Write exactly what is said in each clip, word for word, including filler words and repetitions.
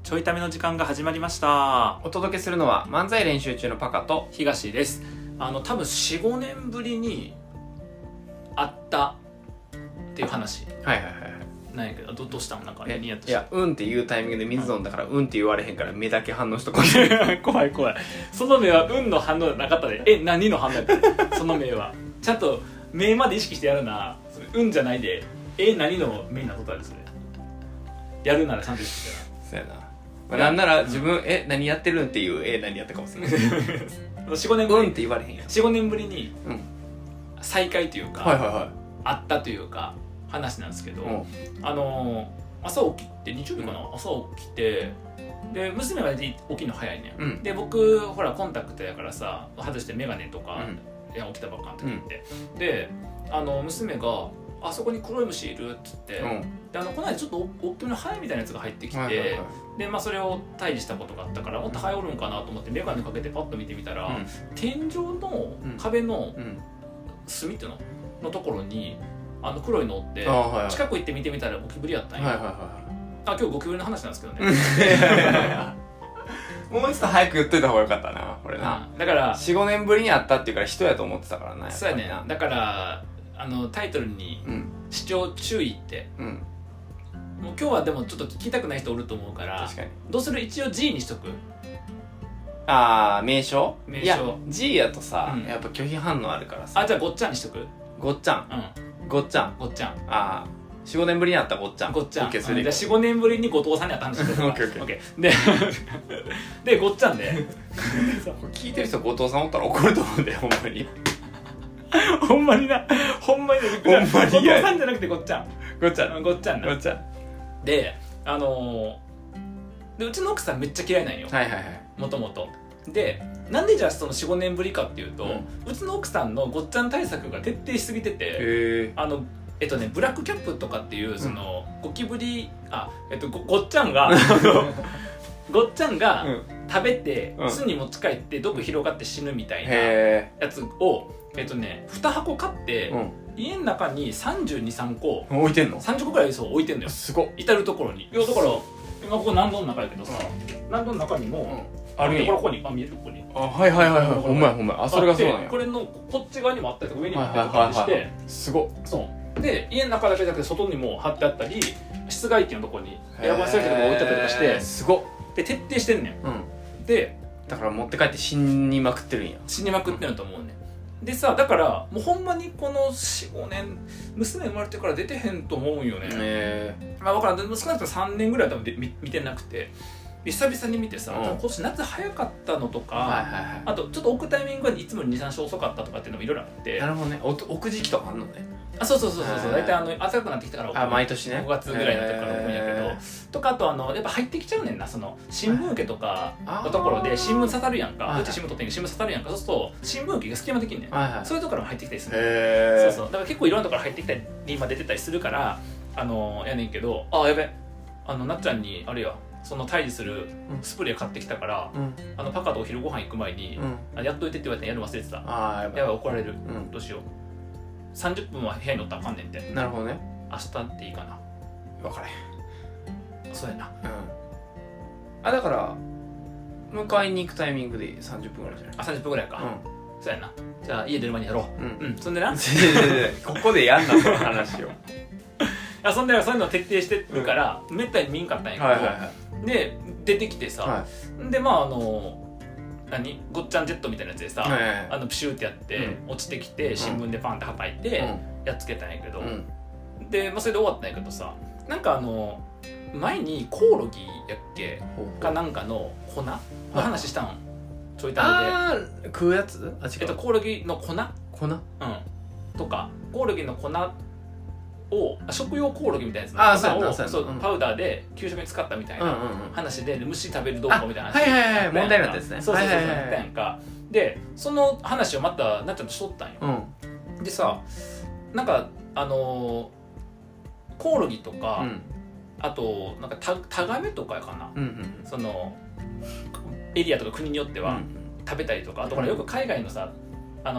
ちょいための時間が始まりました。 お届けするのは漫才練習中のパカと東です。あの多分 よん,ご 年ぶりに会ったっていう話はいはいはいなんやけど、ど, どうしたのなんかいニヤッといやうんっていうタイミングで水飲んだからうんって言われへんから目だけ反応しとこう怖い怖い。その目は運の反応じゃなかったで、え何の反応やったその目はちゃんと目まで意識してやるな。それ運じゃないで、え何の目になっとったんですね。やるならちゃんと意識してな。 そうやな、まあ、なんなら自分、うん、え何やってるんっていうえ何やったかもしれないよんごねんぶりうんって言われへんやん。 よん,ご 年ぶりに再会というか、 はいはいはい、 会ったというか話なんですけど、うん、あのー、朝起きて日曜日かな、うん、朝起きてで娘が起きるの早いね、うん、で僕ほらコンタクトやからさ外して眼鏡とか、うん、いや起きたばっかの時って、うん、であの娘があそこに黒い虫いるっつって、うん、であのこの間ちょっと大きめのハエみたいなやつが入ってきて、はいはいはい、でまあそれを退治したことがあったからもっとハエおるんかなと思って眼鏡かけてパッと見てみたら、うん、天井の壁の隅っていうののところにあの黒いのって、はいはい、近く行って見てみたらゴキブリやったんや、はいはいはい、あ今日ゴキブリの話なんですけどねもうちょっと早く言っといた方がよかったなこれな、 うん、だからよん,ご 年ぶりに会ったっていうから人やと思ってたからな。 そうやね。だからあのタイトルに、うん、視聴注意って、うん、もう今日はでもちょっと聞きたくない人おると思うから確かにどうする一応 G にしとく。 あー名称名称いや G やとさ、うん、やっぱ拒否反応あるからさ。 あじゃあごっちゃんにしとく。 ごっちゃん、うん、ごっちゃんごっちゃんあーよん,ご 年ぶりに会ったごっちゃんごっちゃん、 OK、それでじゃあよん,ご 年ぶりに後藤さんに会った話してくださいオッケーででごっちゃんで聞いてる人後藤さんおったら怒ると思うんだよほんまにほんまになほんまになほんまに後藤さんじゃなくてごっちゃんごっちゃんごっちゃんなごっちゃんであのー、でうちの奥さんめっちゃ嫌いなんよ、 はいはいはいもともとでなんでじゃあその よん,ご 年ぶりかっていうと、うん、うちの奥さんのごっちゃん対策が徹底しすぎててあのえっとねブラックキャップとかっていうその、うん、ゴキブリあえっと ご, ごっちゃんがごっちゃんが食べて、うん、巣に持ち帰って毒広がって死ぬみたいなやつをえっとねに箱買って、うん、家の中にさんじゅうに、さんこ置いてんの？ さんじゅっこぐらいそう置いてんのよ。 すごっ。 至る所に。いやだから今ここ納戸の中やけどさ、納戸の中にも、うん、あるんや。ここにあ見えるここに。 あはいはいはいはい。ほんまやほんまや。あそれがそうなんや。 これのこっち側にもあったりとか上にもあったりとかして、はいはいはいはい、 すごっ。 そうで家の中だけじゃなくて外にも貼ってあったり、室外機のとこにエアコン設備とか置いてあったりとかして、 すごっ。 で徹底してんねん。うん、でだから持って帰って死にまくってるんや。 死にまくってると思うね。でさだからもうほんまにこの よん,ご 年娘生まれてから出てへんと思うんよね。へえ。まあ分からん。少なくともさんねんぐらい多分で 見, 見てなくて。久々に見てさ、うん、今年夏早かったのとか、はいはいはい、あとちょっと置くタイミングがいつもよりに、さんしょう遅かったとかっていうのもいろいろあって。 なるほどね。置く時期とかあんのね。あそうそうそうそうそう。大体あの暖かくなってきたから置く。 あ毎年ね。 ごがつぐらいの時から置くんやけど、とかあとあのやっぱ入ってきちゃうねんなその新聞受けとかのところで新聞刺さるやんか。うち新聞取ってんけど新聞刺さるやんか。そうすると新聞受けが隙間できんねん。はいはい、そういうところも入ってきたりする。へそうそう。だから結構いろんなところ入ってきたり今出てたりするからあのやねんけど、あやべあのなっちゃんにあれや。その退治するスプレー買ってきたから、うん、あのパカとお昼ご飯行く前に、うん、やっといてって言われたらやるの忘れてた。あやばいやばい怒られる、うん、どうしようさんじゅっぷんは部屋に乗ったらあかんねんって。 なるほどね。 明日っていいかな分かれへん。 そうやな、うん、 あだから迎えに行くタイミングでさんじゅっぷんぐらいじゃない。 あさんじゅっぷんぐらいか、うん、そうやな。じゃあ家出る前にやろう。うん、うん、そんでなここでやんなその話をあそんでそういうの徹底してるから、うん、めったに見んかったんやけど、はいはいはい、で出てきてさ、はい、でまああの何ごっちゃんジェットみたいなやつでさ、はいはいはい、あのプシューってやって、うん、落ちてきて新聞でパンって叩いて、うん、やっつけたんやけど、うん、で、まあ、それで終わったんやけどさなんかあの前にコオロギやっけかなんかの粉の話したん、はい、ちょいためで。 あー食うやつ？あ違う、 えっと、コオロギの粉粉、うん、 とかコオロギの粉を食用コオロギみたいなやつの粉をそう、うん、パウダーで給食に使ったみたいな話で、うんうんうん、虫食べるどうこうみたいな話はいはいはい問題なんですね。 そうそうそうそうやったやんか。でその話をまたなっちゃんとしとったんよ、うん、でさなんかあのー、コオロギとか、うん、あとなんかタ, タガメとかかな、うんうん、そのエリアとか国によっては食べたりとか、あとこれよく海外のさあの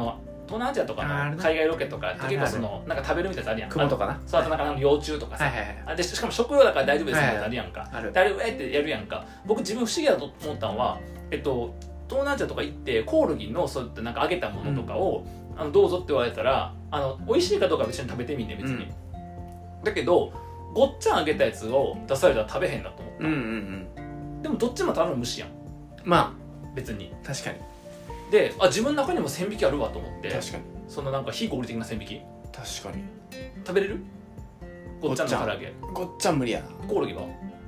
東南アジアとかの海外ロケとかって結構そのなんか食べるみたいなやつあるやんか。 雲とかな。 そう、あとなんか幼虫とかさ、 はいはいはい、 あでしかも食用だから大丈夫ですみたいなのあるやんか、 はいはい、あるであれうえってやるやんか。僕自分不思議だと思ったのは、えっと東南アジアとか行ってコオロギのそうやってなんか揚げたものとかを、うん、あのどうぞって言われたら、あの美味しいかどうかは別に食べてみんね別に、うん、だけどごっちゃん揚げたやつを出されたら食べへんなと思った、うんうんうん、でもどっちもただの虫やん、まあ別に。 確かに。 で、あ、自分の中にも線引きあるわと思って。 確かに。 そのなんか非合理的な線引き。 確かに。 食べれる？ごっちゃんの唐揚げ。 ごっちゃん無理やな。 コオロギは？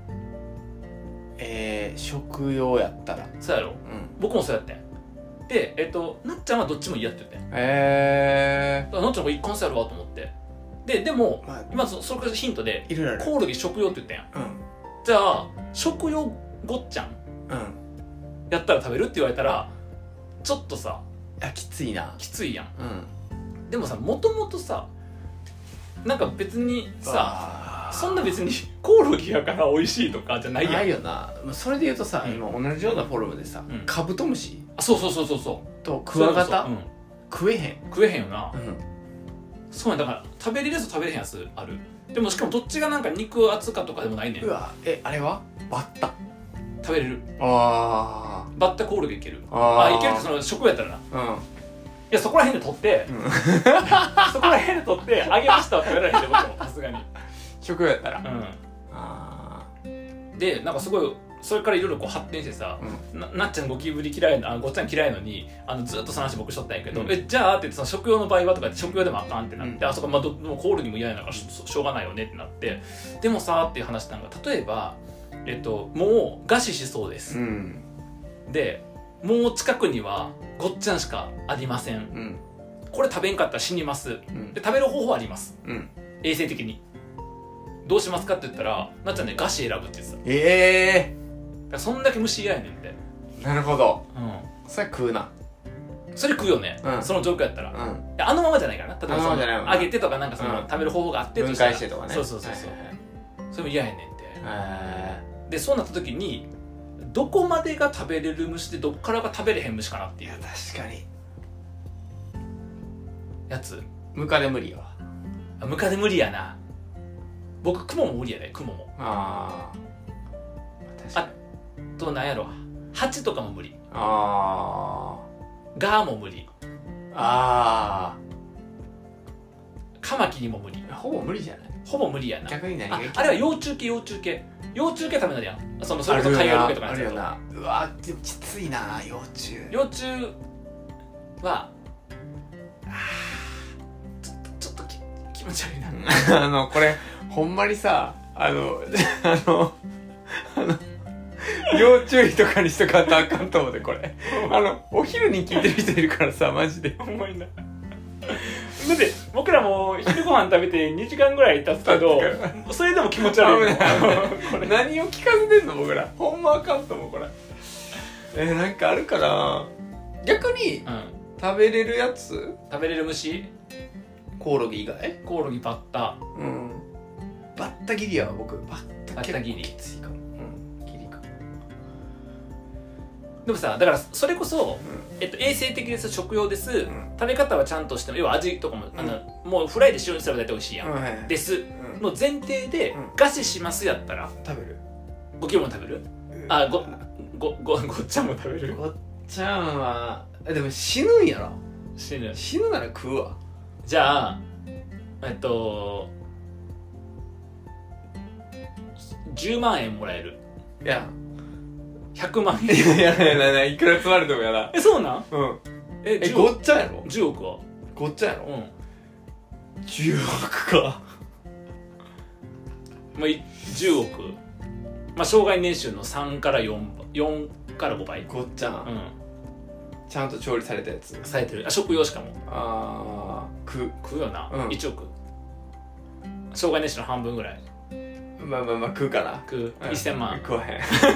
えー、食用やったら。 そうやろ、うん、僕もそうやってん。で、えっとなっちゃんはどっちも嫌って言ってん。へえー。なっちゃんが一貫性あるわと思って。で、でも、まあ、今そそれからヒントでいるいるコオロギ食用って言ったやん、うん、じゃあ食用ごっちゃん、うん、やったら食べるって言われたらちょっとさ、 いやきついな。 きついやん、うん、でもさ、もともとさなんか別にさ、そんな別にコオロギやから美味しいとかじゃないやん。 ないよな。それで言うとさ、うん、今同じようなフォルムでさ、うん、カブトムシ、 あ、そうそうそうそうそうとクワガタ、うん、食えへん食えへんよな、うん、そうや。だから食べれるやつと食べれへんやつある。でもしかもどっちがなんか肉厚かとかでもないねん。 うわ、え、あれはバッタ食べれる。 ああ、 バッタコオロギいける。ああ、いけるってその食やったらな。うん。いや、そこら辺で取って、うん、そこら辺で取って揚げましたは食べられへんで、僕もさすがに。 食やったら。うん。 ああ。で、なんかすごいそれからいろいろこう発展してさ、うん、な, なっちゃんゴキブリ嫌いな、あごっちゃん嫌いのにあのずっとその話僕しとったんやけど、うん、えじゃあって言ってその食用の場合はとかって食用でもあかんってなって、うん、あそこまあどもうコオロギも嫌やなから し, しょうがないよねってなって、でもさっていう話なんが、例えばえっともう餓死しそうです、うん、でもう近くにはごっちゃんしかありません、うん、これ食べんかったら死にます、うん、で食べる方法あります、うん、衛生的にどうしますかって言ったらなっちゃんね餓死選ぶって言ってた。ええー、そんだけ虫嫌やねんって。 なるほど、うん、それ食うな。 それ食うよね、うん、その状況やったら、うん、いやあのままじゃないからな。例えばその揚げてとかなんかその、うん、食べる方法があってとしたら分解してとかね。 そうそうそうそう、はいはいはい、それも嫌やねんって、えー、でそうなった時にどこまでが食べれる虫でどっからが食べれへん虫かなっていう。いや確かにやつ。 ムカデ無理やわ。 あ、ムカデ無理やな。僕クモも無理やで、クモも。ああ。あとなんやろ、ハチとかも無理。ああ。ガーも無理。ああ。カマキリも無理。 ほぼ無理じゃない。 ほぼ無理やな。 逆に何がいけない。 あ、あれは幼虫系、幼虫系。幼虫系食べなりやん。そのそれこそ海外ロケとかやつやな。うわー、きついな、幼虫。 幼虫は、あちょっとちょっとき気持ち悪いな。あのこれほんまにさ、あのあのあの要注意とかにしとかんとあかんと思うでこれ。あのお昼に聞いてる人いるからさ、マジで。 ほんまにな。だって僕らも昼ご飯食べてにじかんぐらい経つけどそれでも気持ち悪いこれ何を聞かせてんの僕ら。ほんまあかんと思うこれ。えー、なんかあるかな。逆に、うん、食べれるやつ、 食べれる虫、 コオロギ以外、 コオロギ、バッタ、うん、 バッタギリやわ僕。バッタギリきついかも、うん、ギリか。 でもさ、だからそれこそ、うん、えっと、衛生的です、食用です、うん、食べ方はちゃんとしても、要は味とかも、うん、あのもうフライで塩にすれば大体美味しいやん、うん、はいはい、です、うん、の前提で、うん、餓死しますやったら食べる。 ゴキブリも食べる、うん、あごごごごっちゃんも食べる。 ごっちゃんはでも死ぬんやろ。 死ぬ。 死ぬなら食うわ。 じゃあえっとじゅうまんえんもらえる。 いやひゃくまんえん。 いやいやいやいや、いくら積まれてもやな。 え、そうなん？ うん。え、えごっちゃんやろ。 じゅうおくはごっちゃんやろ。うん。じゅうおくか。 まあじゅうおく、まあ生涯年収のさんからよん、よんからごばい。 ごっちゃん、うん、ちゃんと調理されたやつされてる。あ、食用しかも。 ああ、食う食うよな、うん、いちおく。生涯年収の半分ぐらい。 まあまあまあ食うかな。 食う、うん、せんまん。 食わへん。食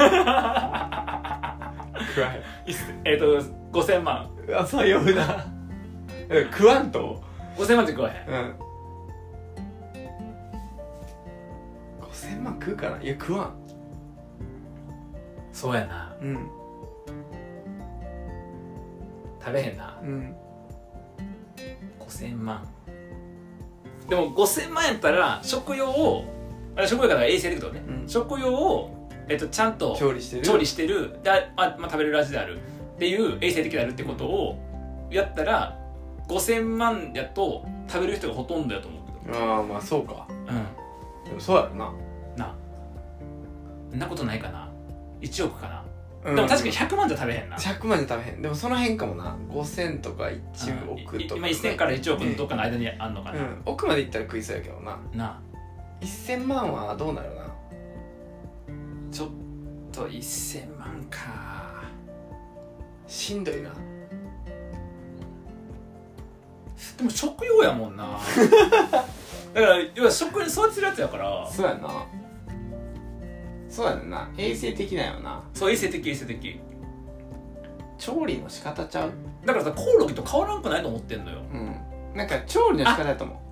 わへん。 えっとごせんまん。 あ、そういうな。食わんとごせんまんって食わへん。うん。 ごせんまん食うかな。いや食わん。 そうやな。うん。食べへんな。うん。 せんまんでもごせんまんやったら食用をあ食用から衛生的ってことね、うん、食用を、えっと、ちゃんと調理してる調理してるで、あ、まあ、食べれる味であるっていう衛生的であるってことをやったらごせんまんやと食べる人がほとんどやと思うけど。 ああまあそうか。 うんでもそうやろな。 なそんなことないかな。いちおくかな、うん、でも確かにひゃくまんじゃ食べへんな。 ひゃくまんじゃ食べへん。でもその辺かもな。ごせんとかいちおくとか、ね、 今いっせんからいちおくのどっかの間にあんのかな、うん、 奥までいったら食いそうやけどな。 ないっせんまんはどうなるな。 ちょっといっせんまんかしんどいな。 でも食用やもんなだから要は食に育てるやつやから。 そうやな。そうやな。衛生的なんよな。 そう衛生的衛生的。 調理の仕方ちゃう。 だからさコオロギと変わらんくないと思ってんのよ。 うん。なんか調理の仕方だと思う。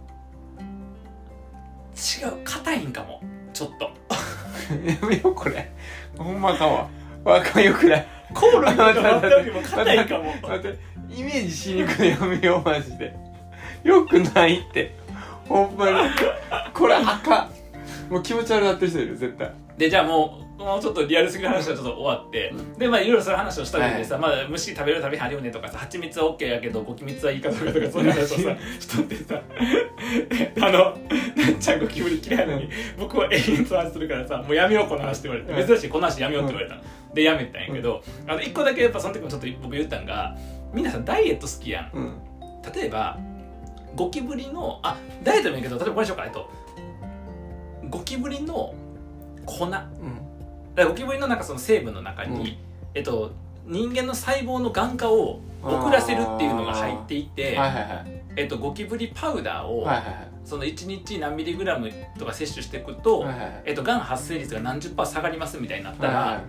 違う硬いんかもちょっとやめようこれ。ほんまかわ。わかんよくない。 コオロギとか全くも硬いかも。 待ってイメージしにくいのやめようマジで。よくないってほんまにこれ赤もう気持ち悪くなってる人いる絶対。 でじゃあもうもうちょっとリアルすぎる話はちょっと終わって、うん、でまあいろいろそういう話をした上でさ、はい、まあ虫食べる食べはるよねとかさ、蜂蜜は OK やけどゴキ蜜はいいかとかとかそういう話をさしとってさあのなっちゃんゴキブリ嫌いなのに僕は永遠と話するからさもうやめようこの話って言われて、珍しいこの話やめようって言われたの、うん、でやめたんやけど、うん、あの一個だけやっぱその時もちょっと僕言ったんがみんなさダイエット好きやん、うん、例えばゴキブリのあダイエットもいいけど例えばこれしようかえっとゴキブリの粉、うん、だからゴキブリのなんかその成分の中に、うん、えっと人間の細胞の眼化を遅らせるっていうのが入っていて、はいはいはい、えっとゴキブリパウダーを、はいはいはい、そのいちにち何ミリグラムとか摂取していくと、はいはいはいえっとがん発生率が何十パー下がりますみたいになったら、はいはい、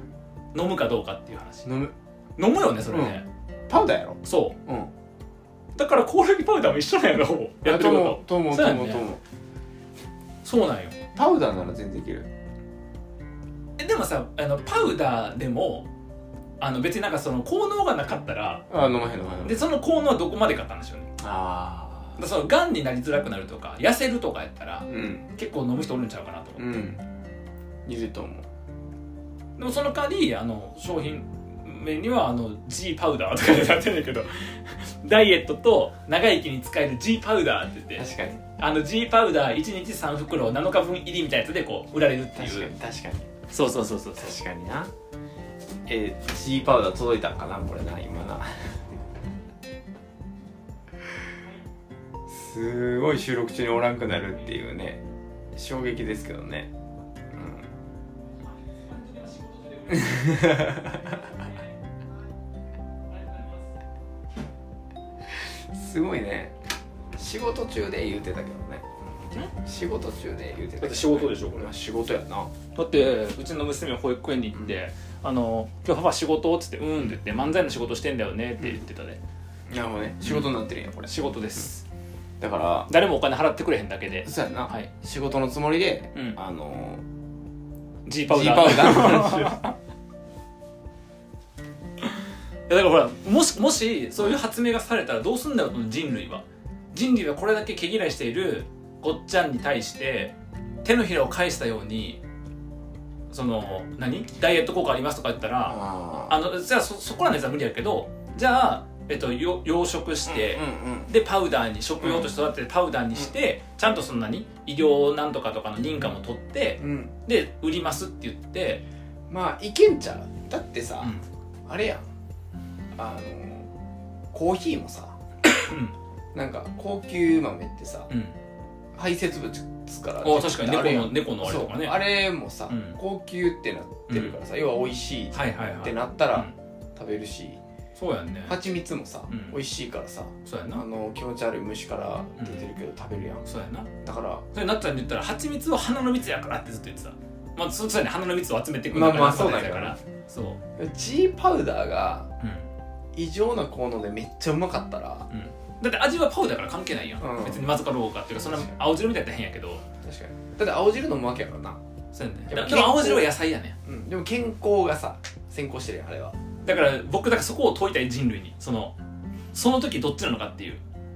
飲むかどうかっていう話。飲む飲むよねそれね、 うん、パウダーやろ。そう、うん、 だからコオロギパウダーも一緒なんやろやってることと思うと思うと思う。 そうなんよ。 パウダーなら全然いける。 えでもさあのパウダーでもあの別になんかその効能がなかったらあ飲まへん飲まへん。 でその効能はどこまでかったんでしょうね。ああ。そのがんになりづらくなるとか痩せるとかやったら、うん、結構飲む人おるんちゃうかなと思って。うん。 いると思う。 でもその代わりあの商品名にはあの G パウダーとかでなってるんだけどダイエットと長生きに使える G パウダーって言って。確かに。あの G パウダーいちにちさんふくろなのかぶん入りみたいなやつでこう売られるっていう。 確かに確かに。 そうそうそうそう確かにな。えー、G パウダー届いたんかなこれな今なすごい収録中におらんくなるっていうね衝撃ですけどね、うん、すごいね仕事中で言うてたけどね仕事中で言うてた。 だって仕事でしょこれ。 仕事やな。 だってうちの娘保育園に行って、うん、あの今日パパ仕事っつってうんって言って漫才の仕事してんだよねって言ってたで、 うん、なるほどね。仕事になってるんやこれ。 仕事です、 うん、だから誰もお金払ってくれへんだけで。そうやな、はい、仕事のつもりで、うん、あの G パウダー G パウダーの話をいやだからほらもしもしそういう発明がされたらどうすんだろう人類は人類はこれだけ毛嫌いしているごっちゃんに対して手のひらを返したようにその何ダイエット効果ありますとか言ったら あ, あのじゃあ そ, そこらのやつは無理やけどじゃあ、えっと、養殖して、うんうんうん、でパウダーに食用として育ててパウダーにして、うん、ちゃんとその何医療なんとかとかの認可も取って、うん、で売りますって言ってまあいけんちゃう。だってさ、うん、あれやんあのコーヒーもさなんか高級豆ってさ、うん排泄物からあ確かに猫の猫のあれとかねあれもさ、うん、高級ってなってるからさ、うん、要は美味しいってなったら食べるし、 そうやんね。 蜂蜜もさ、うん、美味しいからさそうやなあの気持ち悪い虫から出てるけど食べるやん、うん、 そうやな。 だからそれなったら言ったら蜂蜜は花の蜜やからってずっと言ってた。まあそうやね花の蜜を集めていくんだから、まあまあそうだからそう G パウダーが異常な効能でめっちゃうまかったら、うんだって味はパウダーから関係ないやん、うん、別にまずかろうかっていうかそんな青汁みたいな変やけど確かにだって青汁飲むわけやからな。 そうやね。でも青汁は野菜やね、 うん、でも健康がさ先行してるやんあれは。 だから僕だからそこを問いたい人類にそのその時どっちなのかっていう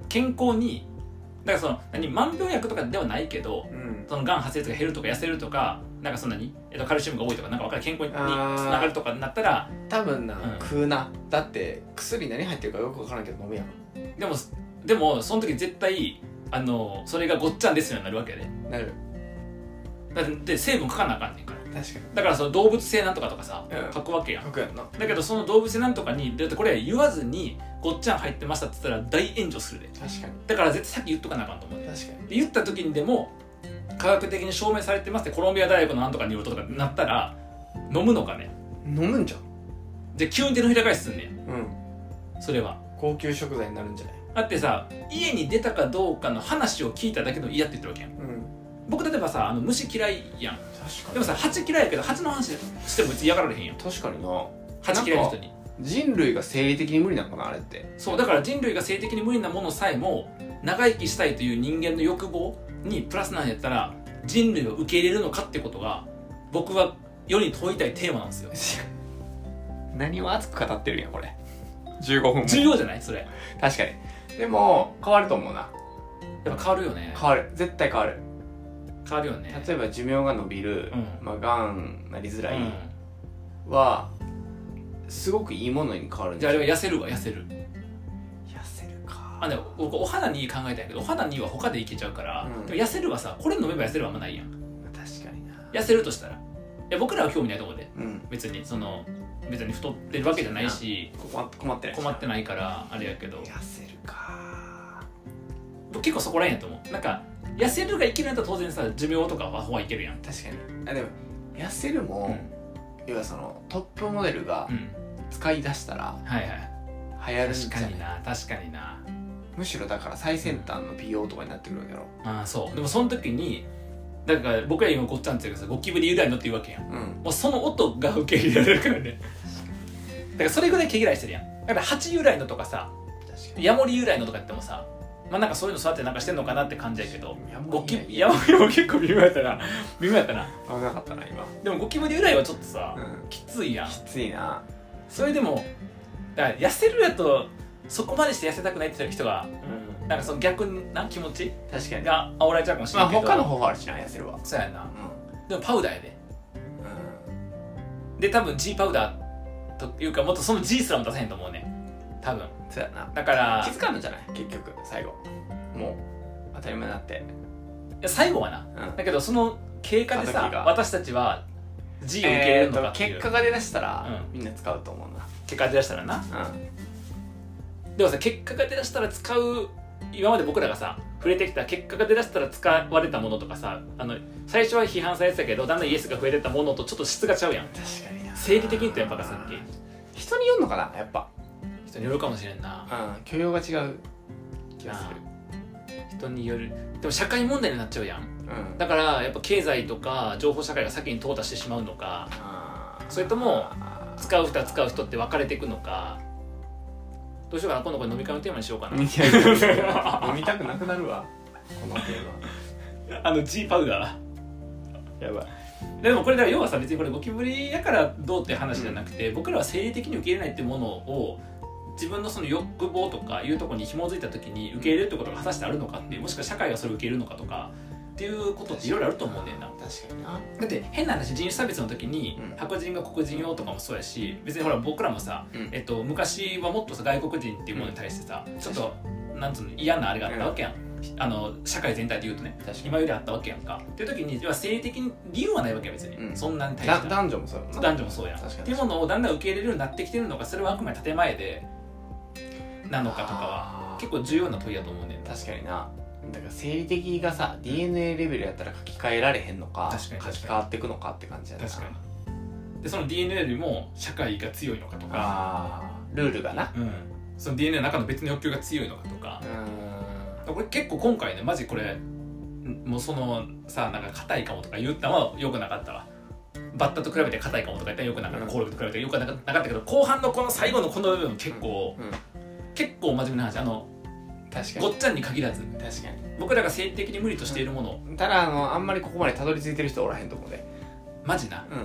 健康にだからその何万病薬とかではないけど、うん、そのがん発生率が減るとか痩せるとかなんかそんなに、えっと、カルシウムが多いとかなんか分かる健康につながるとかになったら多分な、うん、食うなだって薬何入ってるかよく分からんけど飲むやんでもでもその時絶対あのそれがごっちゃんですようになるわけでなるだって成分書かなあかんねんから確かにだからその動物性なんとかとかさ、うん、書くわけやん書くやんなだけどその動物性なんとかにだってこれ言わずにごっちゃん入ってましたって言ったら大炎上するで確かにだから絶対さっき言っとかなあかんと思う確かにで言った時にでも科学的に証明されてますってコロンビア大学のなんとかによるととかなったら飲むのかね飲むんじゃんじゃあ急に手のひら返しすんねんうんそれは高級食材になるんじゃないだってさ家に出たかどうかの話を聞いただけの嫌って言ってるわけやん、うん、僕例えばさあの虫嫌いやん確かにでもさ蜂嫌いやけど蜂の話しても別に嫌がられへんやん確かにな蜂嫌いの人に人類が生理的に無理なのかなあれってそうだから人類が生理的に無理なものさえも長生きしたいという人間の欲望にプラスなんやったら人類を受け入れるのかってことが僕は世に問いたいテーマなんですよ何を熱く語ってるんやこれじゅうごふんも重要じゃないそれ確かにでも変わると思うなやっぱ変わるよね変わる絶対変わる変わるよね例えば寿命が伸びる、うん、まあがんなりづらいは、うん、すごくいいものに変わるんじゃああれは痩せるわ痩せる痩せるかあでも僕お肌にいい考えたんやけどお肌にいいは他でいけちゃうから、うん、痩せるはさこれ飲めば痩せるはあんまないやん確かにな痩せるとしたらいや僕らは興味ないと思うで、うん、別にその別に太ってるわけじゃないし困ってない困ってないからあれやけど痩せるか僕結構そこらへんやと思うなんか痩せるがいけるんやったら当然さ寿命とかはほはいけるやん確かにあでも痩せるも、うん、要はそのトップモデルが使い出したら、うん、はいはい流行るんじゃない確かにな確かになむしろだから最先端の美容とかになってくるわけやろ、 うん、ああそうでもその時にだから僕ら今ごっちゃんって言うけどさゴキブリ由来のって言うわけやん、うん、もうその音が受け入れられるからねだからそれぐらい毛嫌いしてるやんだから蜂由来のとかさヤモリ由来のとか言ってもさまあなんかそういうの育ててなんかしてんのかなって感じやけどゴキヤモリも結構微妙やったな微妙やったな危なかったな今でもゴキブリ由来はちょっとさ、うん、きついやんきついなそれでもだから痩せるやとそこまでして痩せたくないって言ってる人が、うん、なんかその逆な気持ち確かにが煽られちゃうかもしれないけど、 まあ、他の方法あるしな痩せるわそうやな、うん、でもパウダーやで、うん、で多分 G パウダーというかもっとその G すらも出せへんと思うね多分そうやなだから気づかんのじゃない結局最後もう当たり前になっていや最後はな、うん、だけどその経過でさ私たちは G を受け入れるのかっていう、 えー、結果が出だしたら、うん、みんな使うと思うな結果が出だしたらな、うん、でもさ結果が出だしたら使う今まで僕らがさ触れてきた結果が出だしたら使われたものとかさあの最初は批判されてたけどだんだんイエスが増えてったものとちょっと質がちゃうやん確かにな生理的にってやっぱさっき人によるのかなやっぱ人によるかもしれんなうん許容が違う気がする人によるでも社会問題になっちゃうやん、うん、だからやっぱ経済とか情報社会が先に淘汰してしまうのかそれとも使う人は使う人って分かれていくのかどうしようかな今度これ飲み会のテーマにしようかな飲みたくなくなるわこのテーマあの G パウダーやばいでもこれだから要はさ別にこれゴキブリやからどうって話じゃなくて、うん、僕らは生理的に受け入れないっていうものを自分のその欲望とかいうところに紐づいた時に受け入れるってことが果たしてあるのかっていうもしくは社会がそれを受け入れるのかとかっていうことっていろいろあると思うんだよな確かになだって変な話人種差別の時に、うん、白人が黒人用とかもそうやし別にほら僕らもさ、うんえっと、昔はもっとさ外国人っていうものに対してさ、うん、ちょっとなんつうの嫌なあれがあったわけやん、うん、あの社会全体で言うとね今よりあったわけやんかっていう時に要は生理的に理由はないわけや別に、うん、そんなに対して男女もそうや男女もそうやんっていうものをだんだん受け入れるようになってきてるのかそれはあくまで建前でなのかとかは結構重要な問いだと思うんだよね確かになだから生理的がさ ディーエヌエー レベルやったら書き換えられへんのか確かに書き換わっていくのかって感じやな確かにでその ディーエヌエー よりも社会が強いのかとかあルールがな、 うん、その ディーエヌエー の中の別の欲求が強いのかとかうんこれ結構今回ねマジこれもうそのさなんか硬いかもとか言ったのはよくなかったわバッタと比べて硬いかもとか言ったらよくなかった、うん、コオロギと比べてよくなかったけど後半のこの最後のこの部分結構、うんうん、結構真面目な話あの確かにごっちゃんに限らず確かに僕らが生理的に無理としているもの、 うん、ただあのあんまりここまでたどり着いてる人おらへんと思うでマジな、うん、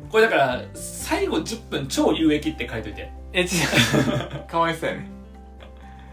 これだから最後じゅっぷん超有益って書いといてえ違うかわいそうやね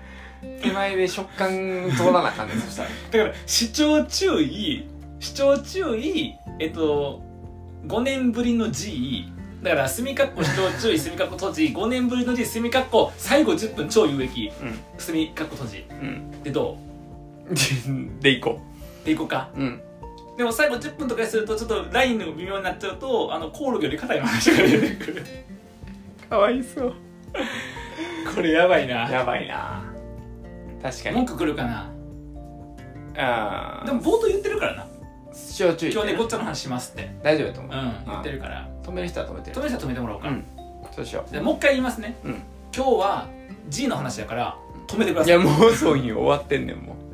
手前で食感通らなあかんねんそしたらだから視聴注意視聴注意えっとごねんぶりの G だから墨かっこ視聴注意墨かっこ閉じごねんぶりの G 墨かっこ最後じゅっぷん超有益墨かっこ閉じ、うん、でどうでいこうでいこうか、うん、でも最後じゅっぷんとかにするとちょっとラインの微妙になっちゃうとあのコオロギより硬い話が出てくるかわいそうこれやばいなやばいな確かに文句くるかなあでも冒頭言ってるからな視聴注意今日ねごっちゃの話しますって大丈夫だと思ううん言ってるから止める人は止めてる止める人は止めてもらおうか、うん、 そうしようもう一回言いますね、うん、今日は G の話だから止めてくださいいやもうそういう終わってんねんもう